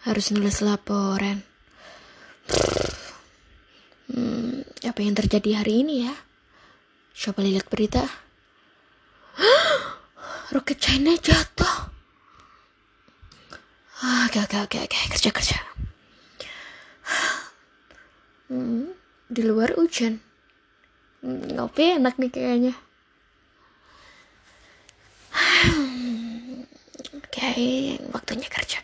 Harus nulis laporan. Apa yang terjadi hari ini ya? Coba lihat berita. Roket China jatuh. Oke, kerja. Di luar hujan. Ngopi enak nih kayaknya. Oke, waktunya kerja.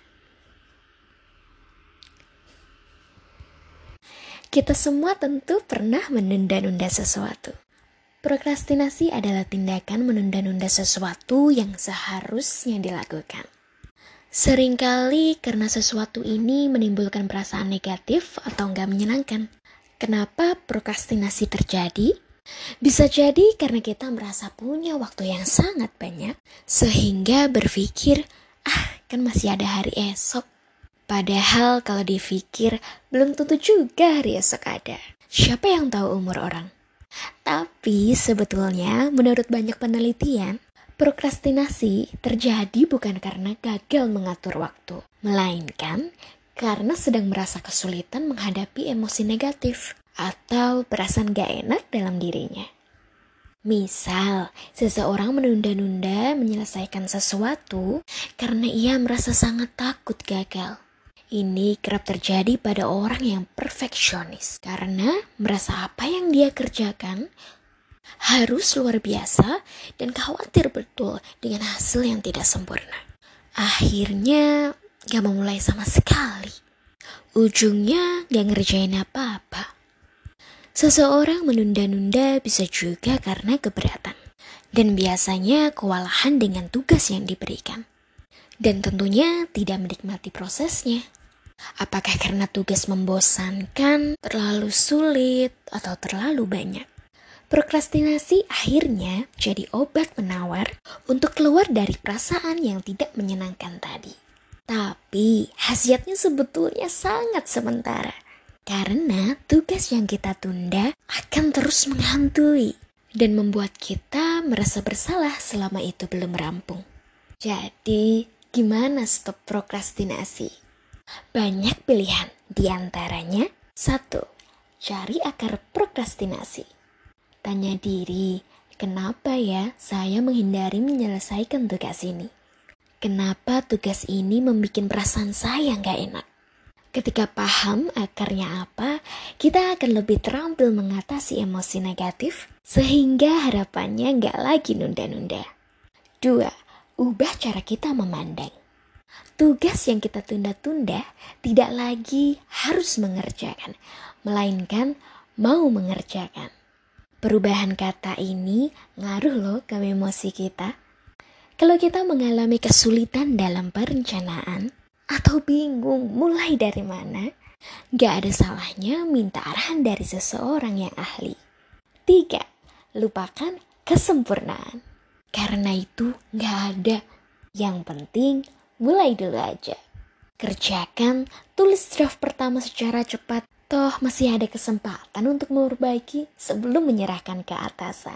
Kita semua tentu pernah menunda-nunda sesuatu. Prokrastinasi adalah tindakan menunda-nunda sesuatu yang seharusnya dilakukan. Seringkali karena sesuatu ini menimbulkan perasaan negatif atau enggak menyenangkan. Kenapa prokrastinasi terjadi? Bisa jadi karena kita merasa punya waktu yang sangat banyak, sehingga berpikir, kan masih ada hari esok. Padahal kalau dipikir, belum tentu juga hari esok ada. Siapa yang tahu umur orang? Tapi sebetulnya menurut banyak penelitian, prokrastinasi terjadi bukan karena gagal mengatur waktu, melainkan karena sedang merasa kesulitan menghadapi emosi negatif atau perasaan gak enak dalam dirinya. Misal, seseorang menunda-nunda menyelesaikan sesuatu karena ia merasa sangat takut gagal. Ini kerap terjadi pada orang yang perfeksionis karena merasa apa yang dia kerjakan harus luar biasa dan khawatir betul dengan hasil yang tidak sempurna. Akhirnya gak mau mulai sama sekali. Ujungnya gak ngerjain apa-apa. Seseorang menunda-nunda bisa juga karena keberatan. Dan biasanya kewalahan dengan tugas yang diberikan. Dan tentunya tidak menikmati prosesnya. Apakah karena tugas membosankan, terlalu sulit, atau terlalu banyak? Prokrastinasi akhirnya jadi obat penawar untuk keluar dari perasaan yang tidak menyenangkan tadi. Tapi khasiatnya sebetulnya sangat sementara. Karena tugas yang kita tunda akan terus menghantui dan membuat kita merasa bersalah selama itu belum rampung. Jadi, gimana stop prokrastinasi? Banyak pilihan, diantaranya 1. Cari akar prokrastinasi. Tanya diri, kenapa ya saya menghindari menyelesaikan tugas ini? Kenapa tugas ini membuat perasaan saya gak enak? Ketika paham akarnya apa, kita akan lebih terampil mengatasi emosi negatif, sehingga harapannya gak lagi nunda-nunda. 2. Ubah cara kita memandang. Tugas yang kita tunda-tunda tidak lagi harus mengerjakan, melainkan mau mengerjakan. Perubahan kata ini ngaruh loh ke emosi kita. Kalau kita mengalami kesulitan dalam perencanaan atau bingung mulai dari mana, gak ada salahnya minta arahan dari seseorang yang ahli. 3. Lupakan kesempurnaan. Karena itu gak ada. Yang penting mulai dulu aja. Kerjakan, tulis draft pertama secara cepat. Toh masih ada kesempatan untuk memperbaiki sebelum menyerahkan ke atasan.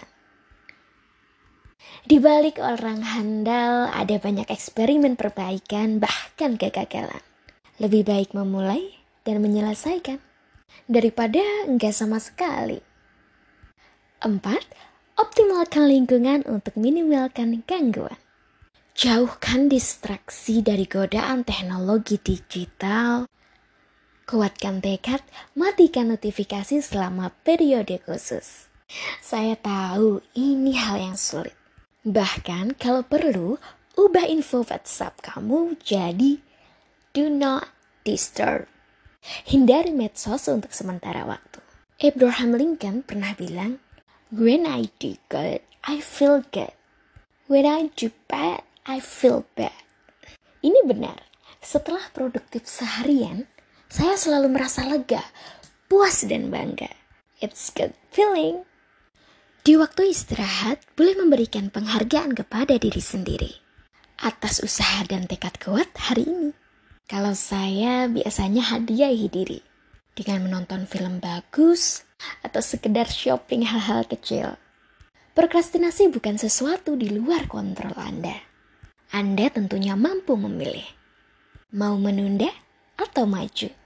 Di balik orang handal ada banyak eksperimen perbaikan bahkan kegagalan. Lebih baik memulai dan menyelesaikan daripada enggak sama sekali. 4. Optimalkan lingkungan untuk minimalkan gangguan. Jauhkan distraksi dari godaan teknologi digital. Kuatkan tekad, matikan notifikasi selama periode khusus. Saya tahu ini hal yang sulit. Bahkan kalau perlu, ubah info WhatsApp kamu jadi do not disturb. Hindari medsos untuk sementara waktu. Abraham Lincoln pernah bilang, when I do good, I feel good. When I do bad, I feel bad. Ini benar. Setelah produktif seharian, saya selalu merasa lega, puas dan bangga. It's good feeling. Di waktu istirahat, boleh memberikan penghargaan kepada diri sendiri atas usaha dan tekad kuat hari ini. Kalau saya biasanya hadiahi diri dengan menonton film bagus atau sekedar shopping hal-hal kecil. Prokrastinasi bukan sesuatu di luar kontrol Anda. Anda tentunya mampu memilih. Mau menunda atau maju.